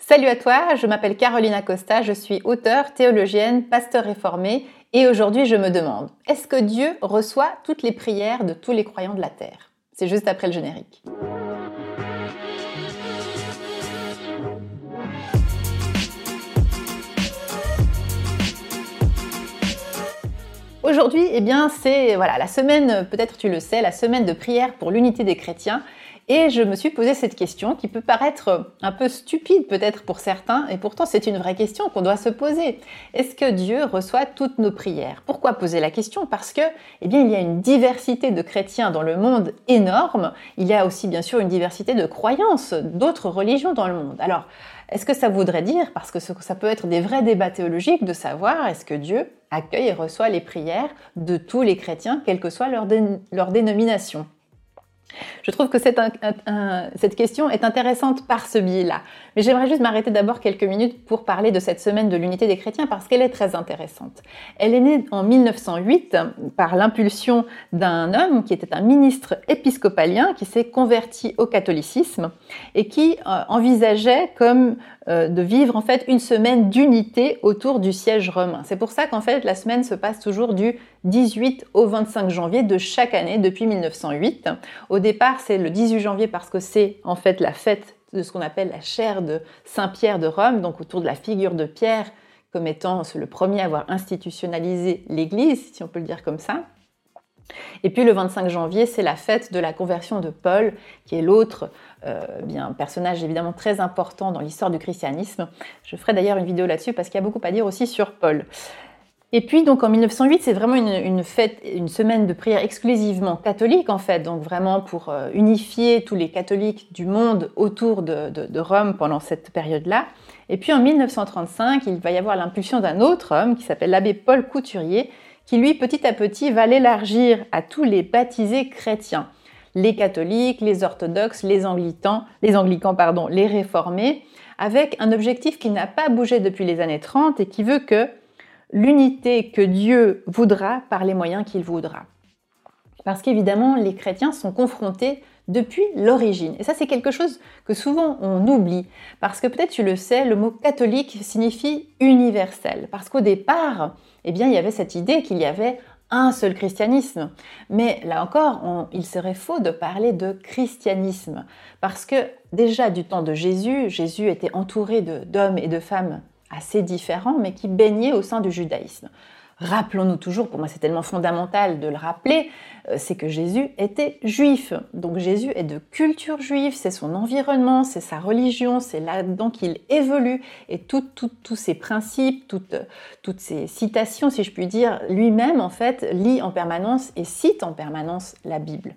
Salut à toi, je m'appelle Caroline Acosta, je suis auteure, théologienne, pasteur réformée et aujourd'hui je me demande, est-ce que Dieu reçoit toutes les prières de tous les croyants de la terre? C'est juste après le générique. Aujourd'hui, c'est la semaine, peut-être tu le sais, la semaine de prière pour l'unité des chrétiens. Et je me suis posé cette question qui peut paraître un peu stupide peut-être pour certains, et pourtant c'est une vraie question qu'on doit se poser. Est-ce que Dieu reçoit toutes nos prières? Pourquoi poser la question? Parce que, il y a une diversité de chrétiens dans le monde énorme. Il y a aussi bien sûr une diversité de croyances, d'autres religions dans le monde. Alors, est-ce que ça voudrait dire, parce que ça peut être des vrais débats théologiques, de savoir est-ce que Dieu accueille et reçoit les prières de tous les chrétiens, quelle que soit leur dénomination? Je trouve que cette question est intéressante par ce biais-là. Mais j'aimerais juste m'arrêter d'abord quelques minutes pour parler de cette semaine de l'unité des chrétiens parce qu'elle est très intéressante. Elle est née en 1908 par l'impulsion d'un homme qui était un ministre épiscopalien qui s'est converti au catholicisme et qui envisageait comme de vivre en fait une semaine d'unité autour du siège romain. C'est pour ça qu'en fait la semaine se passe toujours du 18 au 25 janvier de chaque année depuis 1908. Au départ, c'est le 18 janvier parce que c'est en fait la fête de ce qu'on appelle la chaire de Saint-Pierre de Rome, donc autour de la figure de Pierre comme étant le premier à avoir institutionnalisé l'Église, si on peut le dire comme ça. Et puis le 25 janvier, c'est la fête de la conversion de Paul, qui est l'autre personnage évidemment très important dans l'histoire du christianisme. Je ferai d'ailleurs une vidéo là-dessus parce qu'il y a beaucoup à dire aussi sur Paul. Et puis donc en 1908, c'est vraiment une fête, une semaine de prière exclusivement catholique en fait, donc vraiment pour unifier tous les catholiques du monde autour de Rome pendant cette période-là. Et puis en 1935, il va y avoir l'impulsion d'un autre homme qui s'appelle l'abbé Paul Couturier, qui lui petit à petit va l'élargir à tous les baptisés chrétiens, les catholiques, les orthodoxes, les anglicans, les réformés, avec un objectif qui n'a pas bougé depuis les années 30 et qui veut que l'unité que Dieu voudra par les moyens qu'il voudra. Parce qu'évidemment, les chrétiens sont confrontés depuis l'origine. Et ça, c'est quelque chose que souvent on oublie. Parce que peut-être tu le sais, le mot catholique signifie universel. Parce qu'au départ, il y avait cette idée qu'il y avait un seul christianisme. Mais là encore, il serait faux de parler de christianisme. Parce que déjà du temps de Jésus, Jésus était entouré d'hommes et de femmes assez différents, mais qui baignaient au sein du judaïsme. Rappelons-nous toujours, pour moi c'est tellement fondamental de le rappeler, c'est que Jésus était juif. Donc Jésus est de culture juive, c'est son environnement, c'est sa religion, c'est là-dedans qu'il évolue. Et tous ces principes, toutes ces citations, si je puis dire, lui-même en fait lit en permanence et cite en permanence la Bible.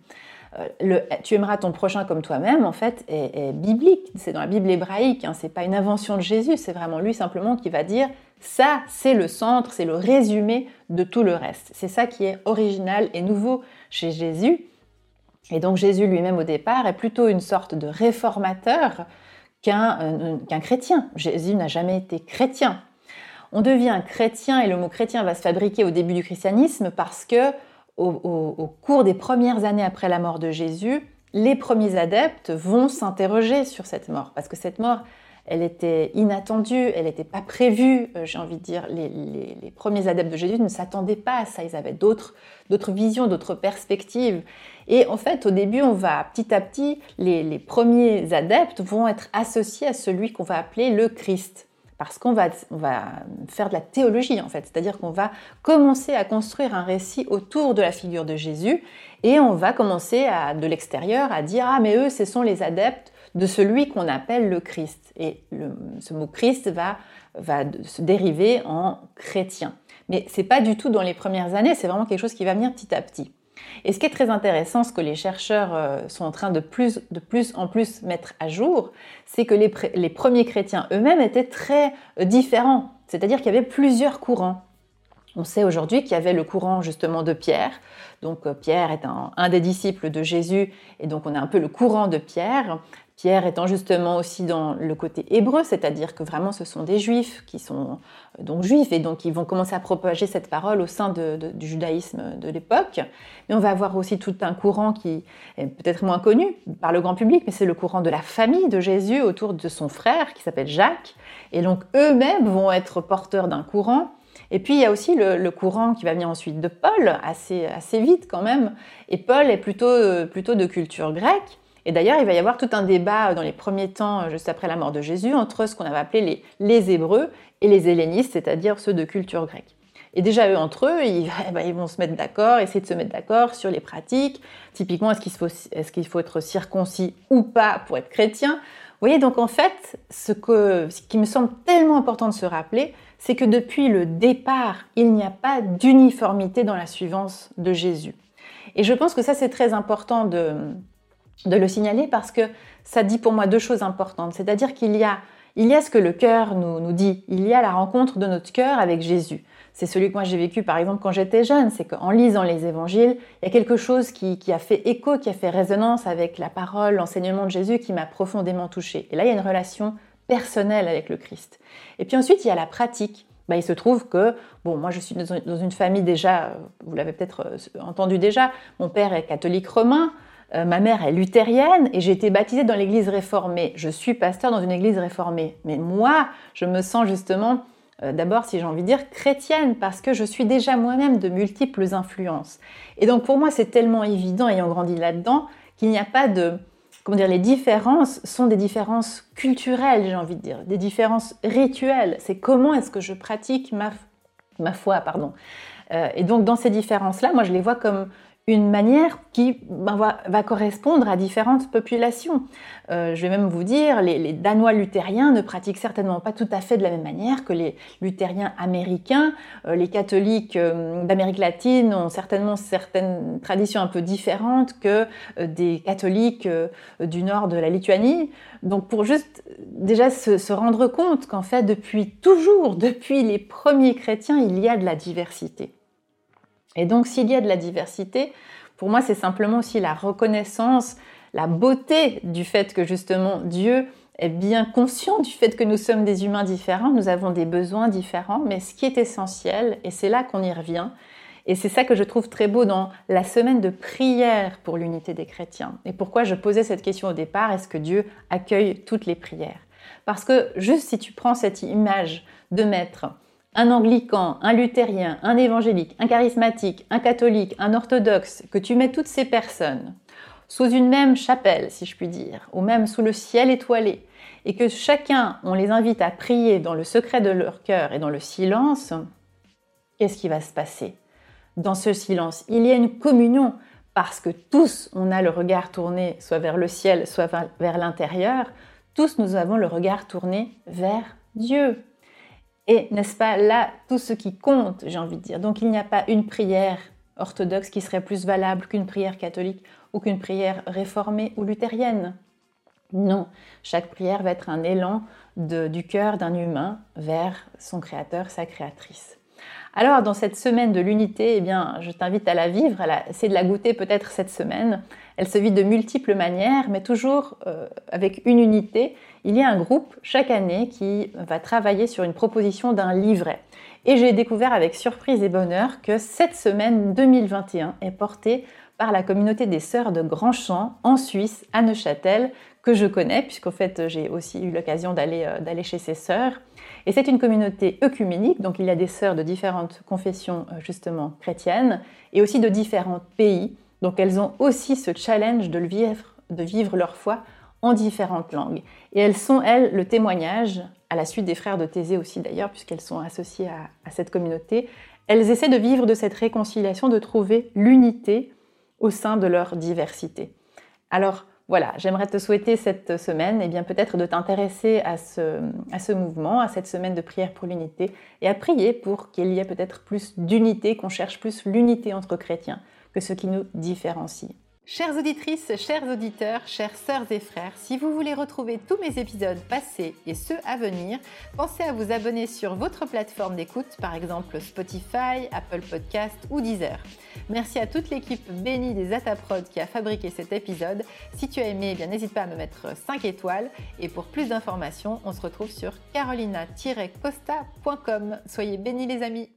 Tu aimeras ton prochain comme toi-même, en fait, est biblique. C'est dans la Bible hébraïque, c'est pas une invention de Jésus, c'est vraiment lui simplement qui va dire ça, c'est le centre, c'est le résumé de tout le reste. C'est ça qui est original et nouveau chez Jésus. Et donc Jésus lui-même au départ est plutôt une sorte de réformateur qu'un chrétien. Jésus n'a jamais été chrétien. On devient chrétien et le mot chrétien va se fabriquer au début du christianisme parce que au cours des premières années après la mort de Jésus, les premiers adeptes vont s'interroger sur cette mort. Parce que cette mort, elle était inattendue, elle n'était pas prévue. J'ai envie de dire, les premiers adeptes de Jésus ne s'attendaient pas à ça. Ils avaient d'autres visions, d'autres perspectives. Et en fait, au début, petit à petit, les premiers adeptes vont être associés à celui qu'on va appeler le Christ. Parce qu'on va faire de la théologie en fait, c'est-à-dire qu'on va commencer à construire un récit autour de la figure de Jésus et on va commencer de l'extérieur à dire « Ah mais eux, ce sont les adeptes de celui qu'on appelle le Christ ». Et ce mot Christ va se dériver en chrétien. Mais ce n'est pas du tout dans les premières années, c'est vraiment quelque chose qui va venir petit à petit. Et ce qui est très intéressant, ce que les chercheurs sont en train de plus en plus mettre à jour, c'est que les premiers chrétiens eux-mêmes étaient très différents. C'est-à-dire qu'il y avait plusieurs courants. On sait aujourd'hui qu'il y avait le courant justement de Pierre. Donc Pierre est un des disciples de Jésus et donc on a un peu le courant de Pierre. Pierre étant justement aussi dans le côté hébreu, c'est-à-dire que vraiment ce sont des juifs qui sont donc juifs et donc ils vont commencer à propager cette parole au sein du judaïsme de l'époque. Mais on va avoir aussi tout un courant qui est peut-être moins connu par le grand public, mais c'est le courant de la famille de Jésus autour de son frère qui s'appelle Jacques. Et donc eux-mêmes vont être porteurs d'un courant. Et puis il y a aussi le courant qui va venir ensuite de Paul, assez vite quand même. Et Paul est plutôt de culture grecque. Et d'ailleurs, il va y avoir tout un débat dans les premiers temps, juste après la mort de Jésus, entre ce qu'on avait appelé les Hébreux et les hellénistes, c'est-à-dire ceux de culture grecque. Et déjà, eux, entre eux, ils vont se mettre d'accord, essayer de se mettre d'accord sur les pratiques. Typiquement, est-ce qu'il faut être circoncis ou pas pour être chrétien ? Vous voyez, donc en fait, ce qui me semble tellement important de se rappeler, c'est que depuis le départ, il n'y a pas d'uniformité dans la suivance de Jésus. Et je pense que ça, c'est très important de le signaler parce que ça dit pour moi deux choses importantes. C'est-à-dire qu'il y a ce que le cœur nous dit. Il y a la rencontre de notre cœur avec Jésus. C'est celui que moi j'ai vécu par exemple quand j'étais jeune. C'est qu'en lisant les évangiles, il y a quelque chose qui a fait écho, qui a fait résonance avec la parole, l'enseignement de Jésus qui m'a profondément touchée. Et là, il y a une relation personnelle avec le Christ. Et puis ensuite, il y a la pratique. Il se trouve que, moi je suis dans une famille déjà, vous l'avez peut-être entendu déjà, mon père est catholique romain, ma mère est luthérienne et j'ai été baptisée dans l'église réformée. Je suis pasteur dans une église réformée. Mais moi, je me sens justement, d'abord, si j'ai envie de dire, chrétienne parce que je suis déjà moi-même de multiples influences. Et donc pour moi, c'est tellement évident, ayant grandi là-dedans, qu'il n'y a pas les différences sont des différences culturelles, j'ai envie de dire, des différences rituelles. C'est comment est-ce que je pratique ma foi, pardon. Et donc dans ces différences-là, moi je les vois comme une manière qui va correspondre à différentes populations. Je vais même vous dire, les Danois luthériens ne pratiquent certainement pas tout à fait de la même manière que les luthériens américains. Les catholiques d'Amérique latine ont certainement certaines traditions un peu différentes que des catholiques du nord de la Lituanie. Donc pour juste déjà se rendre compte qu'en fait, depuis les premiers chrétiens, il y a de la diversité. Et donc, s'il y a de la diversité, pour moi, c'est simplement aussi la reconnaissance, la beauté du fait que justement Dieu est bien conscient du fait que nous sommes des humains différents, nous avons des besoins différents, mais ce qui est essentiel, et c'est là qu'on y revient, et c'est ça que je trouve très beau dans la semaine de prière pour l'unité des chrétiens. Et pourquoi je posais cette question au départ, est-ce que Dieu accueille toutes les prières ? Parce que juste si tu prends cette image de mettre un anglican, un luthérien, un évangélique, un charismatique, un catholique, un orthodoxe, que tu mets toutes ces personnes sous une même chapelle, si je puis dire, ou même sous le ciel étoilé, et que chacun, on les invite à prier dans le secret de leur cœur et dans le silence, qu'est-ce qui va se passer ? Dans ce silence, il y a une communion, parce que tous, on a le regard tourné soit vers le ciel, soit vers l'intérieur, tous nous avons le regard tourné vers Dieu. Et n'est-ce pas là tout ce qui compte, j'ai envie de dire. Donc il n'y a pas une prière orthodoxe qui serait plus valable qu'une prière catholique ou qu'une prière réformée ou luthérienne. Non, chaque prière va être un élan du cœur d'un humain vers son créateur, sa créatrice. Alors dans cette semaine de l'unité, je t'invite à la vivre, à essayer de la goûter peut-être cette semaine. Elle se vit de multiples manières, mais toujours avec une unité. Il y a un groupe chaque année qui va travailler sur une proposition d'un livret. Et j'ai découvert avec surprise et bonheur que cette semaine 2021 est portée par la communauté des Sœurs de Grandchamp en Suisse, à Neuchâtel, que je connais, puisqu'en fait j'ai aussi eu l'occasion d'aller chez ces sœurs. Et c'est une communauté œcuménique, donc il y a des sœurs de différentes confessions justement chrétiennes, et aussi de différents pays. Donc elles ont aussi ce challenge de vivre leur foi en différentes langues. Et elles sont, le témoignage, à la suite des frères de Thésée aussi d'ailleurs, puisqu'elles sont associées à cette communauté, elles essaient de vivre de cette réconciliation, de trouver l'unité au sein de leur diversité. Alors voilà, j'aimerais te souhaiter cette semaine, peut-être de t'intéresser à ce mouvement, à cette semaine de prière pour l'unité, et à prier pour qu'il y ait peut-être plus d'unité, qu'on cherche plus l'unité entre chrétiens que ce qui nous différencie. Chères auditrices, chers auditeurs, chères sœurs et frères, si vous voulez retrouver tous mes épisodes passés et ceux à venir, pensez à vous abonner sur votre plateforme d'écoute, par exemple Spotify, Apple Podcast ou Deezer. Merci à toute l'équipe bénie des Ataprod qui a fabriqué cet épisode. Si tu as aimé, eh bien n'hésite pas à me mettre 5 étoiles. Et pour plus d'informations, on se retrouve sur carolina-costa.com. Soyez bénis les amis.